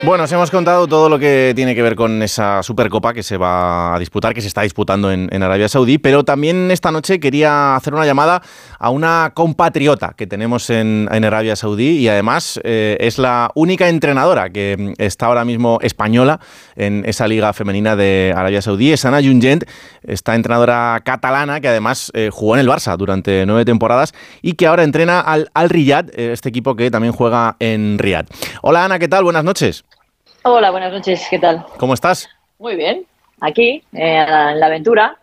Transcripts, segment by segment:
Bueno, os hemos contado todo lo que tiene que ver con esa Supercopa que se va a disputar, que se está disputando en Arabia Saudí, pero también esta noche quería hacer una llamada a una compatriota que tenemos en Arabia Saudí y además es la única entrenadora que está ahora mismo española en esa liga femenina de Arabia Saudí. Es Ana Junyent, esta entrenadora catalana que además jugó en el Barça durante 9 temporadas y que ahora entrena al Riyad, este equipo que también juega en Riad. Hola Ana, ¿qué tal? Buenas noches. Hola, buenas noches, ¿qué tal? ¿Cómo estás? Muy bien, aquí, en la aventura.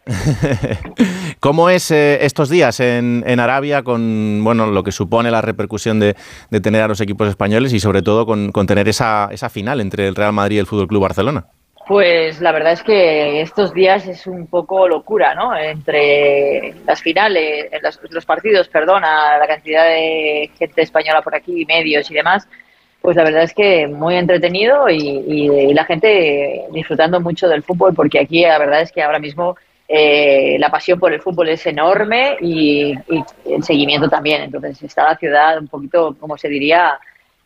¿Cómo es estos días en Arabia con lo que supone la repercusión de tener a los equipos españoles y sobre todo con tener esa final entre el Real Madrid y el Fútbol Club Barcelona? Pues la verdad es que estos días es un poco locura, ¿no? Entre las finales, los partidos, perdona, la cantidad de gente española por aquí, medios y demás. Pues la verdad es que muy entretenido y la gente disfrutando mucho del fútbol, porque aquí la verdad es que ahora mismo la pasión por el fútbol es enorme y el seguimiento también. Entonces está la ciudad un poquito, como se diría,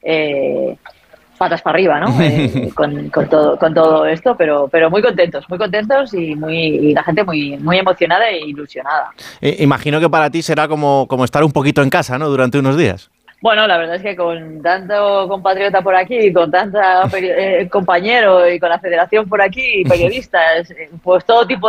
patas para arriba, ¿no? Con todo esto, pero muy contentos y la gente muy emocionada e ilusionada. Imagino que para ti será como estar un poquito en casa, ¿no? Durante unos días. Bueno, la verdad es que con tanto compatriota por aquí, con tanta compañero y con la federación por aquí, periodistas, pues todo tipo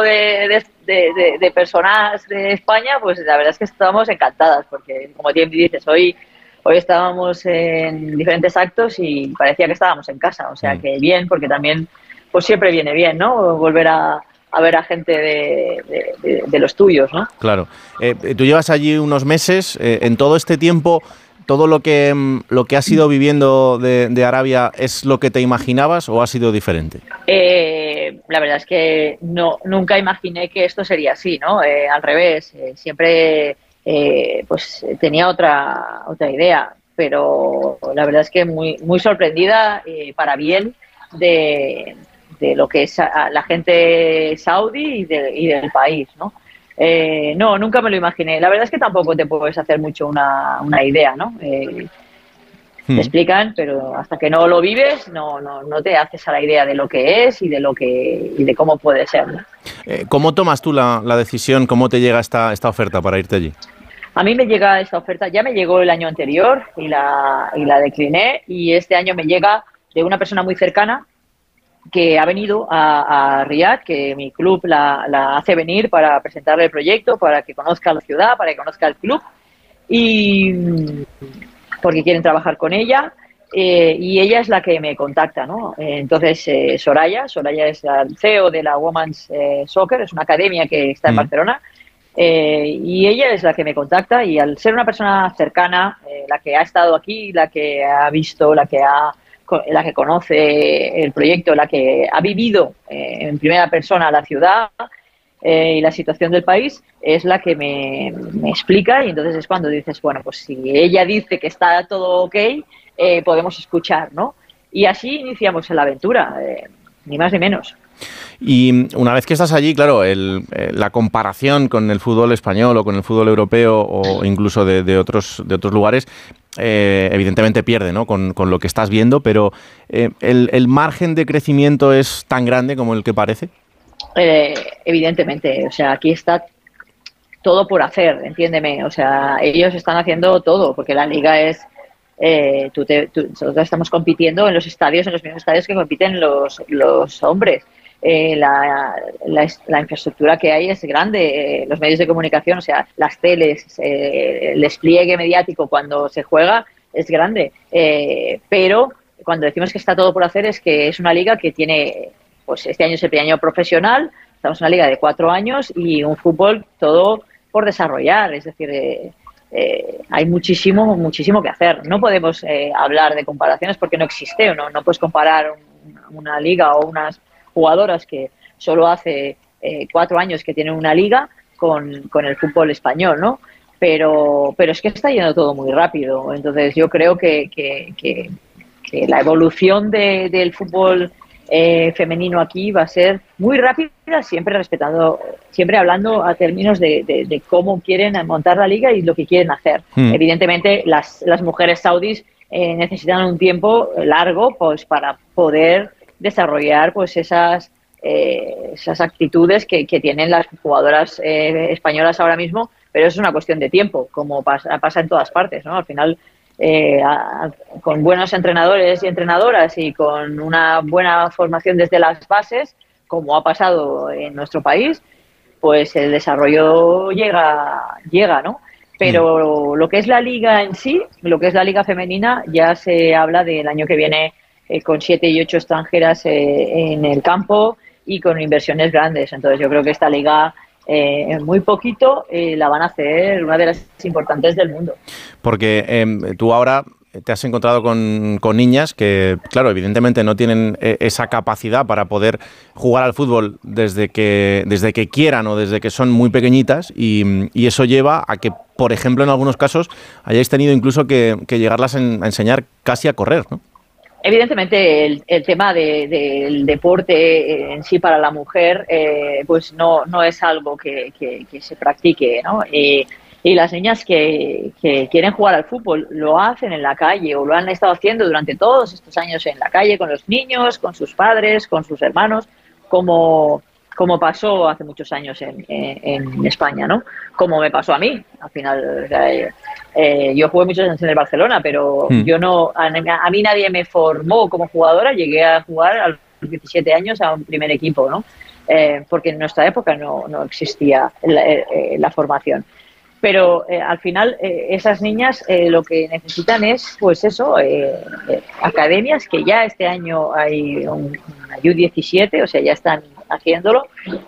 de personas de España, pues la verdad es que estamos encantadas, porque como bien dices, hoy estábamos en diferentes actos y parecía que estábamos en casa, o sea que bien, porque también pues siempre viene bien, ¿no? Volver a ver a gente de los tuyos, ¿no? Claro. Tú llevas allí unos meses, en todo este tiempo. ¿Todo lo que has ido viviendo de Arabia es lo que te imaginabas o ha sido diferente? La verdad es que nunca imaginé que esto sería así, ¿no? Al revés, siempre pues tenía otra idea, pero la verdad es que muy sorprendida para bien de lo que es la gente saudí y del país, ¿no? No, nunca me lo imaginé. La verdad es que tampoco te puedes hacer mucho una idea, ¿no? Te explican, pero hasta que no lo vives, no te haces a la idea de lo que es y de cómo puede ser, ¿no? ¿Cómo tomas tú la decisión? ¿Cómo te llega esta oferta para irte allí? A mí me llega esta oferta, ya me llegó el año anterior y la decliné, y este año me llega de una persona muy cercana que ha venido a Riad, que mi club la hace venir para presentarle el proyecto, para que conozca la ciudad, para que conozca el club, y porque quieren trabajar con ella, y ella es la que me contacta, ¿no? Entonces, Soraya es el CEO de la Women's Soccer, es una academia que está en Barcelona, y ella es la que me contacta, y al ser una persona cercana, la que ha estado aquí, la que ha visto, la que conoce el proyecto, la que ha vivido en primera persona la ciudad y la situación del país, es la que me explica, y entonces es cuando dices, bueno, pues si ella dice que está todo ok, podemos escuchar, ¿no? Y así iniciamos la aventura, ni más ni menos. Y una vez que estás allí, claro, la comparación con el fútbol español o con el fútbol europeo o incluso de otros lugares, evidentemente pierde, ¿no? Con lo que estás viendo, pero ¿el margen de crecimiento es tan grande como el que parece? Evidentemente, o sea, aquí está todo por hacer, entiéndeme, o sea, ellos están haciendo todo, porque la liga es... nosotros estamos compitiendo en los mismos estadios que compiten los hombres. La infraestructura que hay es grande, los medios de comunicación, o sea, las teles, el despliegue mediático cuando se juega es grande, pero cuando decimos que está todo por hacer es que es una liga que tiene, pues este año es el primer año profesional, estamos en una liga de 4 años y un fútbol todo por desarrollar, es decir, hay muchísimo que hacer. No podemos hablar de comparaciones porque no existe, o no puedes comparar una liga o unas jugadoras que solo hace 4 años que tienen una liga con el fútbol español, ¿no? Pero es que está yendo todo muy rápido. Entonces yo creo que la evolución del fútbol femenino aquí va a ser muy rápida, siempre hablando a términos de cómo quieren montar la liga y lo que quieren hacer. Evidentemente las mujeres saudis necesitan un tiempo largo pues para poder desarrollar pues esas actitudes que tienen las jugadoras españolas ahora mismo, pero eso es una cuestión de tiempo, como pasa en todas partes, ¿no? Al final, con buenos entrenadores y entrenadoras y con una buena formación desde las bases, como ha pasado en nuestro país, pues el desarrollo llega, ¿no? Pero lo que es la liga en sí, lo que es la liga femenina, ya se habla del año que viene con 7 y 8 extranjeras en el campo y con inversiones grandes. Entonces yo creo que esta liga en muy poquito la van a hacer una de las importantes del mundo. Porque tú ahora te has encontrado con niñas que, claro, evidentemente no tienen esa capacidad para poder jugar al fútbol desde que quieran o desde que son muy pequeñitas y eso lleva a que, por ejemplo, en algunos casos hayáis tenido incluso que llegarlas a enseñar casi a correr, ¿no? Evidentemente el tema del deporte en sí para la mujer pues no es algo que se practique, ¿no? Y las niñas que quieren jugar al fútbol lo hacen en la calle o lo han estado haciendo durante todos estos años en la calle con los niños, con sus padres, con sus hermanos, como pasó hace muchos años en España, ¿no? Como me pasó a mí, al final. O sea, yo jugué muchos años en el Barcelona, pero yo no, a mí nadie me formó como jugadora. Llegué a jugar a los 17 años a un primer equipo, ¿no? Porque en nuestra época no existía la formación. Pero al final esas niñas lo que necesitan es, pues eso, academias, que ya este año hay una U17, o sea, ya están haciéndolo,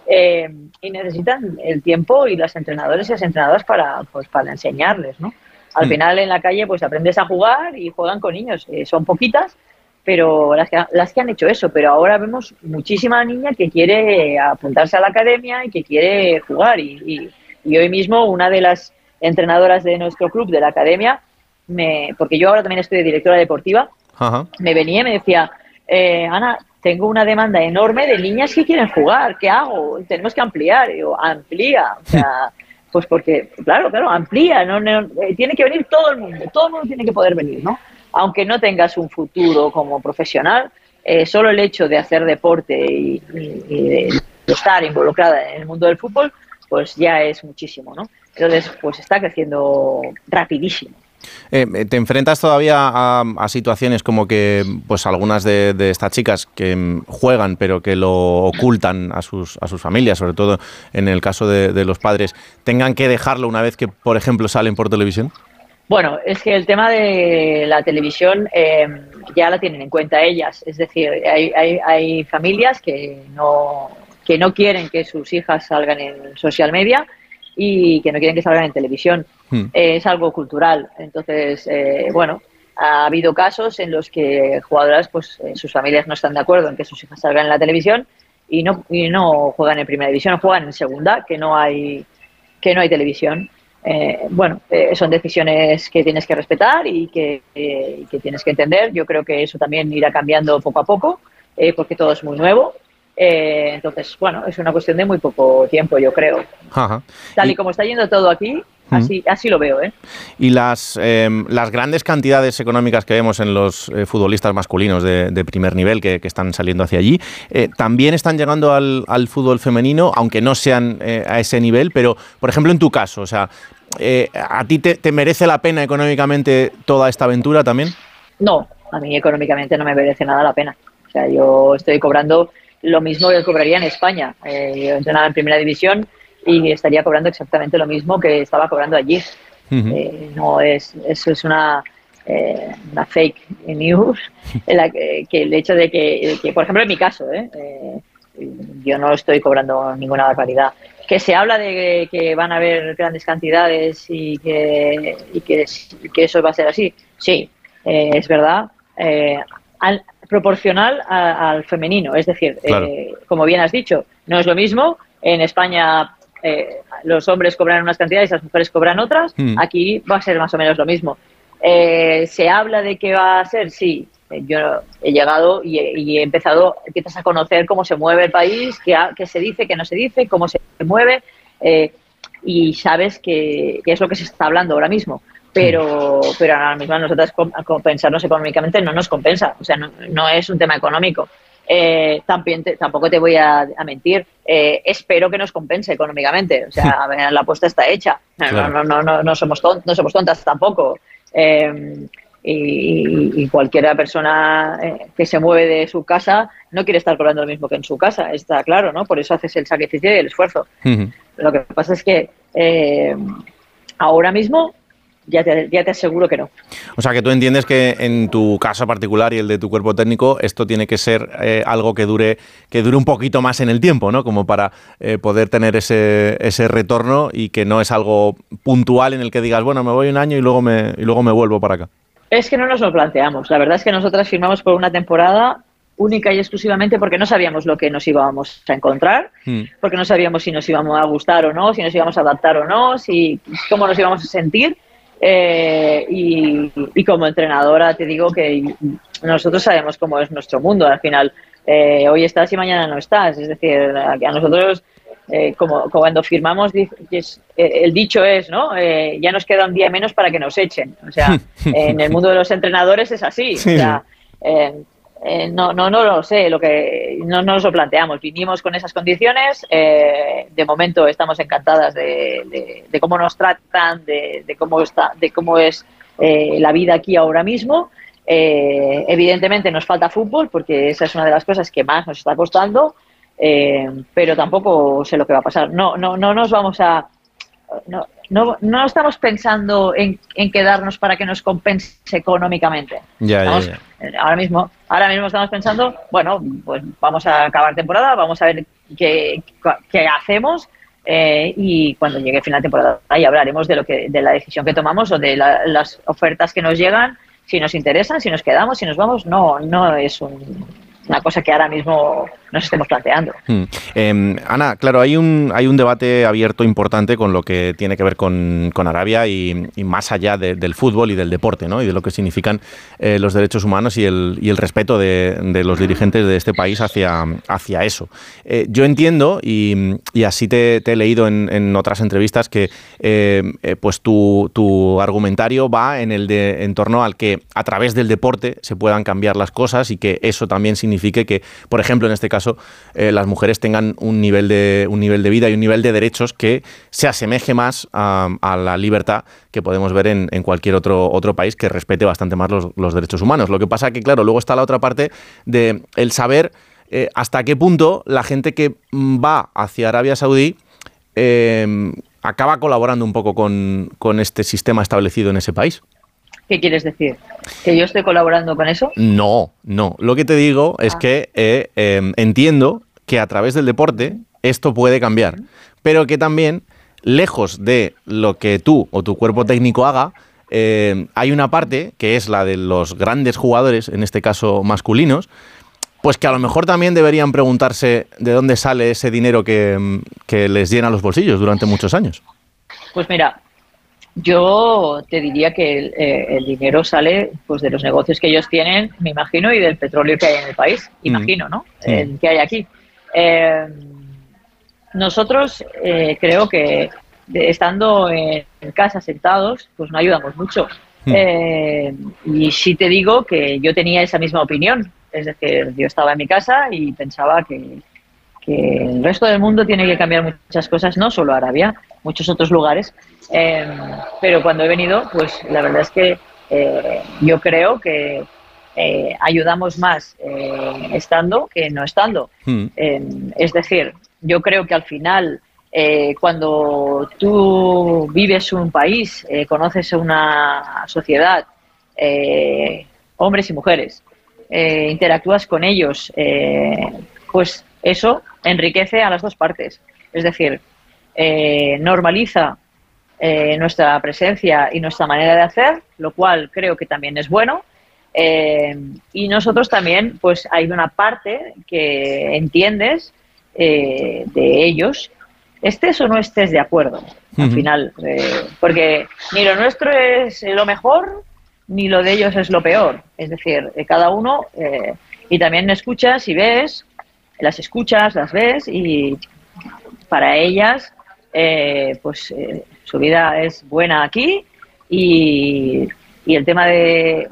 y necesitan el tiempo y los entrenadores y las entrenadoras para enseñarles, ¿no? Al final en la calle pues aprendes a jugar y juegan con niños, son poquitas, pero las que han hecho eso, pero ahora vemos muchísima niña que quiere apuntarse a la academia y que quiere jugar y hoy mismo una de las entrenadoras de nuestro club, de la academia, porque yo ahora también estoy de directora deportiva, me venía y me decía, Ana, tengo una demanda enorme de niñas que quieren jugar, ¿qué hago? Tenemos que ampliar. Y yo, amplía, o sea, pues porque, claro, amplía, tiene que venir todo el mundo tiene que poder venir, ¿no? Aunque no tengas un futuro como profesional, solo el hecho de hacer deporte y de estar involucrada en el mundo del fútbol, pues ya es muchísimo, ¿no? Entonces, pues está creciendo rapidísimo. ¿Te enfrentas todavía a situaciones como que pues algunas de estas chicas que juegan pero que lo ocultan a sus familias, sobre todo en el caso de los padres, tengan que dejarlo una vez que, por ejemplo, salen por televisión? Bueno, es que el tema de la televisión ya la tienen en cuenta ellas. Es decir, hay familias que no quieren que sus hijas salgan en social media y que no quieren que salgan en televisión. Es algo cultural. Entonces, bueno, ha habido casos en los que jugadoras, pues sus familias no están de acuerdo en que sus hijas salgan en la televisión y no juegan en primera división, juegan en segunda, que no hay televisión. Bueno, son decisiones que tienes que respetar y que tienes que entender. Yo creo que eso también irá cambiando poco a poco, porque todo es muy nuevo. Entonces, bueno, es una cuestión de muy poco tiempo, yo creo. Ajá. Tal y como está yendo todo aquí, así lo veo, ¿eh? Y las grandes cantidades económicas que vemos en los futbolistas masculinos de primer nivel que están saliendo hacia allí, también están llegando al fútbol femenino, aunque no sean a ese nivel, pero, por ejemplo, en tu caso, o sea, ¿a ti te merece la pena económicamente toda esta aventura también? No, a mí económicamente no me merece nada la pena. O sea, yo estoy cobrando lo mismo que cobraría en España. Yo entrenaba en primera división y estaría cobrando exactamente lo mismo que estaba cobrando allí. No eso es una fake news en la que el hecho de que, por ejemplo, en mi caso, yo no estoy cobrando ninguna barbaridad. Que se habla de que van a haber grandes cantidades y que eso va a ser así. Sí, es verdad. Proporcional al femenino, es decir, claro. Como bien has dicho, no es lo mismo. En España los hombres cobran unas cantidades y las mujeres cobran otras. Aquí va a ser más o menos lo mismo. ¿Se habla de que va a ser? Sí. Yo he llegado y he empezado, empiezas a conocer cómo se mueve el país, qué se dice, qué no se dice, cómo se mueve, y sabes que es lo que se está hablando ahora mismo. pero ahora mismo a nosotras compensarnos económicamente no nos compensa, o sea, no es un tema económico. Tampoco te voy a mentir, espero que nos compense económicamente, o sea, a ver, la apuesta está hecha, Claro. no somos tontas tampoco. Y cualquiera persona que se mueve de su casa no quiere estar cobrando lo mismo que en su casa, está claro, ¿no? Por eso haces el sacrificio y el esfuerzo. Lo que pasa es que ahora mismo ya te aseguro que no. O sea, que tú entiendes que en tu caso particular y el de tu cuerpo técnico, esto tiene que ser algo que dure un poquito más en el tiempo, ¿no? Como para poder tener ese retorno, y que no es algo puntual en el que digas, bueno, me voy un año y luego me vuelvo para acá. Es que no nos lo planteamos. La verdad es que nosotras firmamos por una temporada única y exclusivamente porque no sabíamos lo que nos íbamos a encontrar, porque no sabíamos si nos íbamos a gustar o no, si nos íbamos a adaptar o no, cómo nos íbamos a sentir. Y como entrenadora te digo que nosotros sabemos cómo es nuestro mundo. Al final, hoy estás y mañana no estás. Es decir, a nosotros, como cuando firmamos, el dicho es, ¿no? Ya nos queda un día menos para que nos echen. O sea, en el mundo de los entrenadores es así. Sí. O sea, no lo sé, no nos lo planteamos. Vinimos con esas condiciones. De momento estamos encantadas de cómo nos tratan, de cómo es la vida aquí ahora mismo. Evidentemente nos falta fútbol, porque esa es una de las cosas que más nos está costando, pero tampoco sé lo que va a pasar. No nos vamos a... No estamos pensando en quedarnos para que nos compense económicamente. Ya. Ahora mismo estamos pensando, bueno, pues vamos a acabar temporada, vamos a ver qué hacemos, y cuando llegue el final de temporada ahí hablaremos de la decisión que tomamos o de las ofertas que nos llegan, si nos interesan, si nos quedamos, si nos vamos. No es una cosa que ahora mismo nos estemos planteando. Ana, claro, hay un debate abierto importante con lo que tiene que ver con Arabia y más allá del fútbol y del deporte, ¿no? Y de lo que significan los derechos humanos y el respeto de los dirigentes de este país hacia eso. Yo entiendo, y así te he leído en otras entrevistas, que pues tu argumentario va en torno al que a través del deporte se puedan cambiar las cosas, y que eso también signifique que, por ejemplo, en este caso, las mujeres tengan un nivel de vida y un nivel de derechos que se asemeje más a la libertad que podemos ver en cualquier otro país que respete bastante más los derechos humanos. Lo que pasa que, claro, luego está la otra parte de el saber hasta qué punto la gente que va hacia Arabia Saudí acaba colaborando un poco con este sistema establecido en ese país. ¿Qué quieres decir? ¿Que yo estoy colaborando con eso? No. Lo que te digo es que entiendo que a través del deporte esto puede cambiar, pero que también, lejos de lo que tú o tu cuerpo técnico haga, hay una parte que es la de los grandes jugadores, en este caso masculinos, pues que a lo mejor también deberían preguntarse de dónde sale ese dinero que les llena los bolsillos durante muchos años. Pues mira, yo te diría que el dinero sale pues de los negocios que ellos tienen, me imagino, y del petróleo que hay en el país, imagino, ¿no? El que hay aquí. Nosotros creo que estando en casa sentados, pues no ayudamos mucho. Y sí te digo que yo tenía esa misma opinión. Es decir, yo estaba en mi casa y pensaba que el resto del mundo tiene que cambiar muchas cosas, no solo Arabia, muchos otros lugares. Pero cuando he venido, pues la verdad es que yo creo que ayudamos más estando que no estando. Es decir, yo creo que al final, cuando tú vives un país, conoces una sociedad, hombres y mujeres, interactúas con ellos, pues eso enriquece a las dos partes. Es decir, normaliza nuestra presencia y nuestra manera de hacer, lo cual creo que también es bueno. Y nosotros también, pues hay una parte que entiendes de ellos, estés o no estés de acuerdo, al final, porque ni lo nuestro es lo mejor, ni lo de ellos es lo peor. Es decir, cada uno, y también escuchas y ves, las escuchas, las ves, y para ellas, pues su vida es buena aquí, y el tema de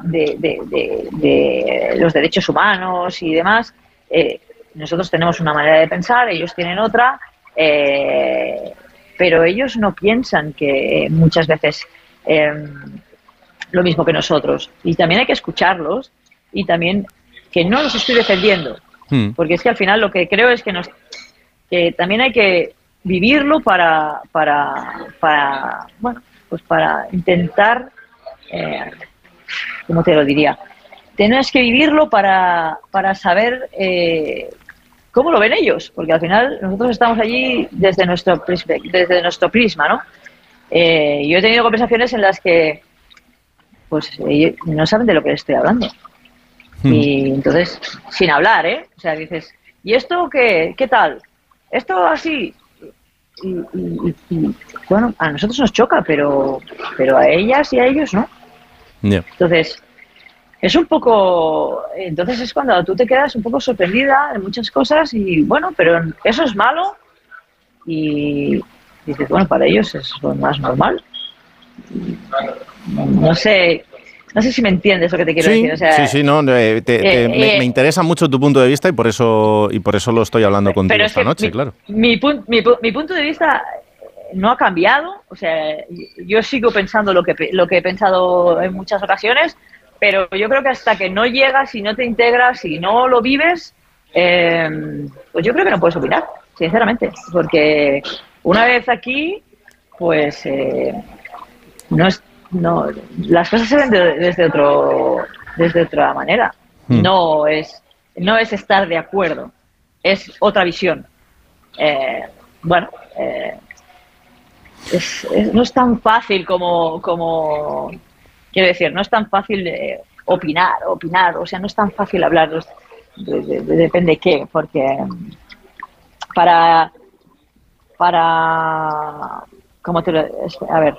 los derechos humanos y demás, nosotros tenemos una manera de pensar, ellos tienen otra, pero ellos no piensan que muchas veces lo mismo que nosotros. Y también hay que escucharlos y también que no los estoy defendiendo, porque es que al final lo que creo es que también hay que vivirlo para bueno, pues para intentar, ¿cómo te lo diría? Tienes que vivirlo para saber cómo lo ven ellos, porque al final nosotros estamos allí desde nuestro prisma, ¿no? Yo he tenido conversaciones en las que pues ellos no saben de lo que les estoy hablando. Y entonces, sin hablar, o sea, dices, ¿y esto qué tal? Esto así. Y bueno, a nosotros nos choca, pero a ellas y a ellos no. Yeah. Entonces, es un poco... Entonces es cuando tú te quedas un poco sorprendida de muchas cosas y bueno, pero eso es malo y dices, bueno, para ellos es lo más normal. No sé si me entiendes lo que te quiero decir. O sea, sí, no, me interesa mucho tu punto de vista y por eso lo estoy hablando contigo esta noche, claro. Mi punto de vista no ha cambiado, o sea, yo sigo pensando lo que he pensado en muchas ocasiones, pero yo creo que hasta que no llegas y no te integras y no lo vives, pues yo creo que no puedes opinar, sinceramente, porque una vez aquí, pues las cosas se ven desde otra manera. No es estar de acuerdo, es otra visión. Bueno, no es tan fácil como quiero decir, no es tan fácil opinar, o sea, no es tan fácil hablar depende de qué, porque para ¿cómo te lo? A ver.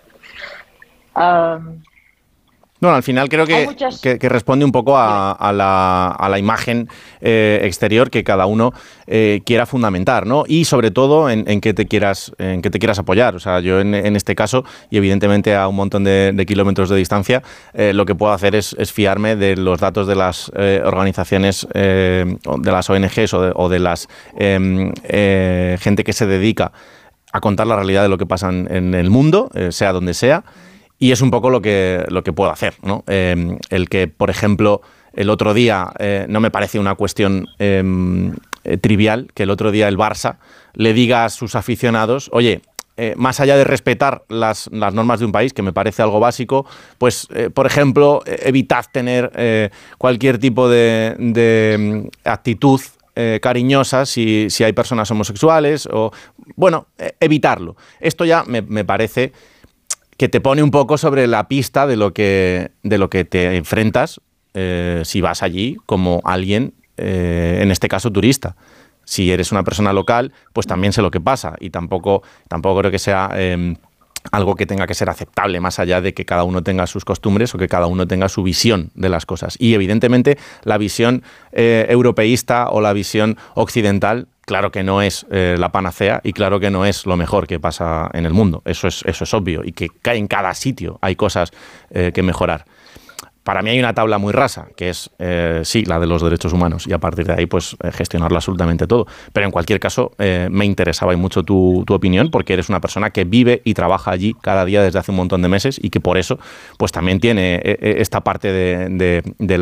Bueno, al final creo que responde un poco a la imagen exterior que cada uno quiera fundamentar, ¿no? Y sobre todo en qué te quieras apoyar. O sea, yo en este caso, y evidentemente a un montón de kilómetros de distancia, lo que puedo hacer es fiarme de los datos de las organizaciones, de las ONGs o de las gente que se dedica a contar la realidad de lo que pasa en el mundo, sea donde sea. Y es un poco lo que puedo hacer, ¿no? El que, por ejemplo, el otro día, no me parece una cuestión trivial, que el otro día el Barça le diga a sus aficionados, oye, más allá de respetar las normas de un país, que me parece algo básico, pues, por ejemplo, evitad tener cualquier tipo de actitud cariñosa si hay personas homosexuales, o, bueno, evitarlo. Esto ya me parece que te pone un poco sobre la pista de lo que te enfrentas si vas allí como alguien, en este caso turista. Si eres una persona local, pues también sé lo que pasa y tampoco creo que sea algo que tenga que ser aceptable, más allá de que cada uno tenga sus costumbres o que cada uno tenga su visión de las cosas. Y evidentemente la visión europeísta o la visión occidental, claro que no es la panacea y claro que no es lo mejor que pasa en el mundo. Eso es obvio y que en cada sitio hay cosas que mejorar. Para mí hay una tabla muy rasa, que es, sí, la de los derechos humanos, y a partir de ahí, pues, gestionarlo absolutamente todo. Pero en cualquier caso, me interesaba y mucho tu opinión, porque eres una persona que vive y trabaja allí cada día desde hace un montón de meses y que por eso, pues, también tiene esta parte de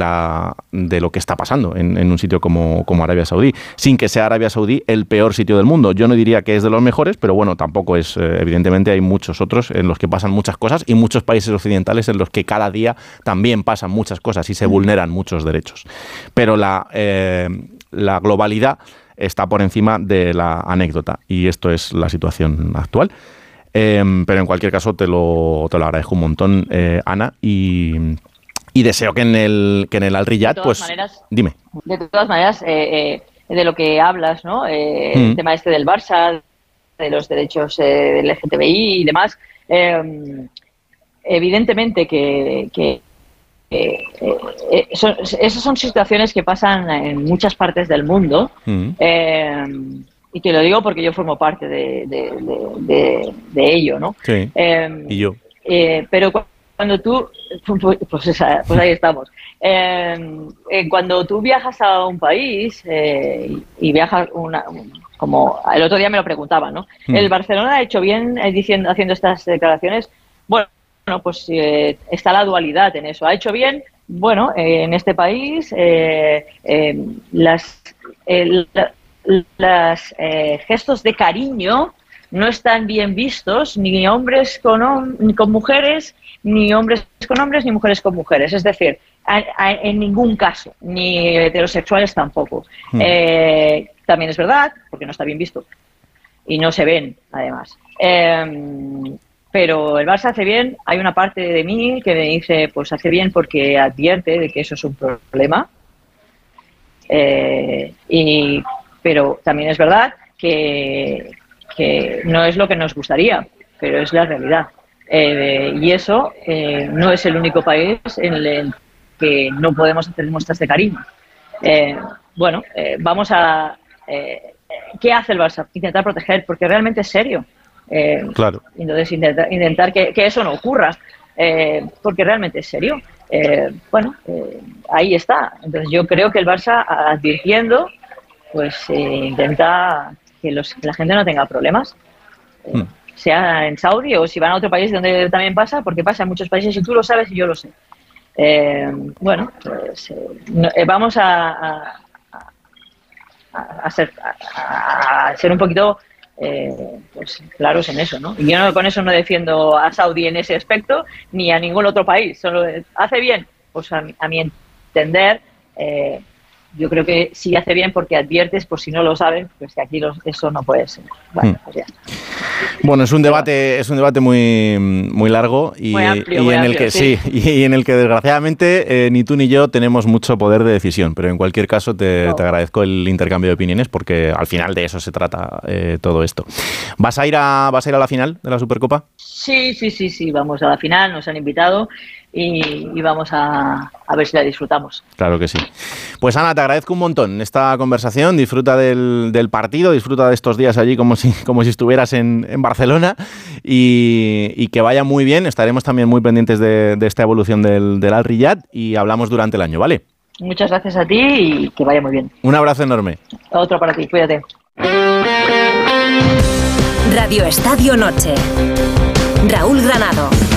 lo que está pasando en un sitio como Arabia Saudí. Sin que sea Arabia Saudí el peor sitio del mundo. Yo no diría que es de los mejores, pero bueno, tampoco es, evidentemente hay muchos otros en los que pasan muchas cosas y muchos países occidentales en los que cada día también pasan muchas cosas y se vulneran muchos derechos. Pero la globalidad está por encima de la anécdota y esto es la situación actual. Pero en cualquier caso te lo agradezco un montón, Ana, y deseo que en el Al Riyad, pues... Dime. De todas maneras, de lo que hablas, ¿no? El tema este del Barça, de los derechos del LGTBI y demás, evidentemente que esas son situaciones que pasan en muchas partes del mundo y te lo digo porque yo formo parte de ello, ¿no? Sí, y yo. Pero cuando tú, pues ahí estamos. Cuando tú viajas a un país y viajas como el otro día me lo preguntaban, ¿no? ¿El Barcelona ha hecho bien haciendo estas declaraciones? Bueno, pues está la dualidad en eso. ¿Ha hecho bien? Bueno, en este país las gestos de cariño no están bien vistos, ni hombres con mujeres, ni hombres con hombres, ni mujeres con mujeres. Es decir, en ningún caso, ni heterosexuales tampoco. También es verdad, porque no está bien visto. Y no se ven, además. Pero el Barça hace bien. Hay una parte de mí que me dice, pues hace bien porque advierte de que eso es un problema. Pero también es verdad que no es lo que nos gustaría, pero es la realidad. Y eso no es el único país en el que no podemos hacer muestras de cariño. Vamos a... ¿qué hace el Barça? Intentar proteger, porque realmente es serio. Claro. Entonces, intentar que eso no ocurra, porque realmente es serio. Ahí está. Entonces, yo creo que el Barça, advirtiendo, pues intenta que la gente no tenga problemas, sea en Saudi o si van a otro país donde también pasa, porque pasa en muchos países y tú lo sabes y yo lo sé. Vamos a ser un poquito pues claros en eso, ¿no? Y yo con eso no defiendo a Saudi en ese aspecto ni a ningún otro país. Solo hace bien, pues a mi entender. Yo creo que sí hace bien porque adviertes, por si no lo saben, pues que aquí eso no puede ser. Bueno, pues ya. Bueno, es un debate muy, muy largo y, muy amplio, en el que sí. y en el que desgraciadamente ni tú ni yo tenemos mucho poder de decisión, pero en cualquier caso te agradezco el intercambio de opiniones porque al final de eso se trata todo esto. ¿Vas a ir a la final de la Supercopa? Sí, vamos a la final, nos han invitado y vamos a ver si la disfrutamos. Claro que sí. Pues Ana, te agradezco un montón esta conversación, disfruta del partido, disfruta de estos días allí como si estuvieras en Barcelona y que vaya muy bien. Estaremos también muy pendientes de esta evolución del Al Riyad y hablamos durante el año, ¿vale? Muchas gracias a ti y que vaya muy bien. Un abrazo enorme. Otro para ti, cuídate. Radio Estadio Noche. Raúl Granado.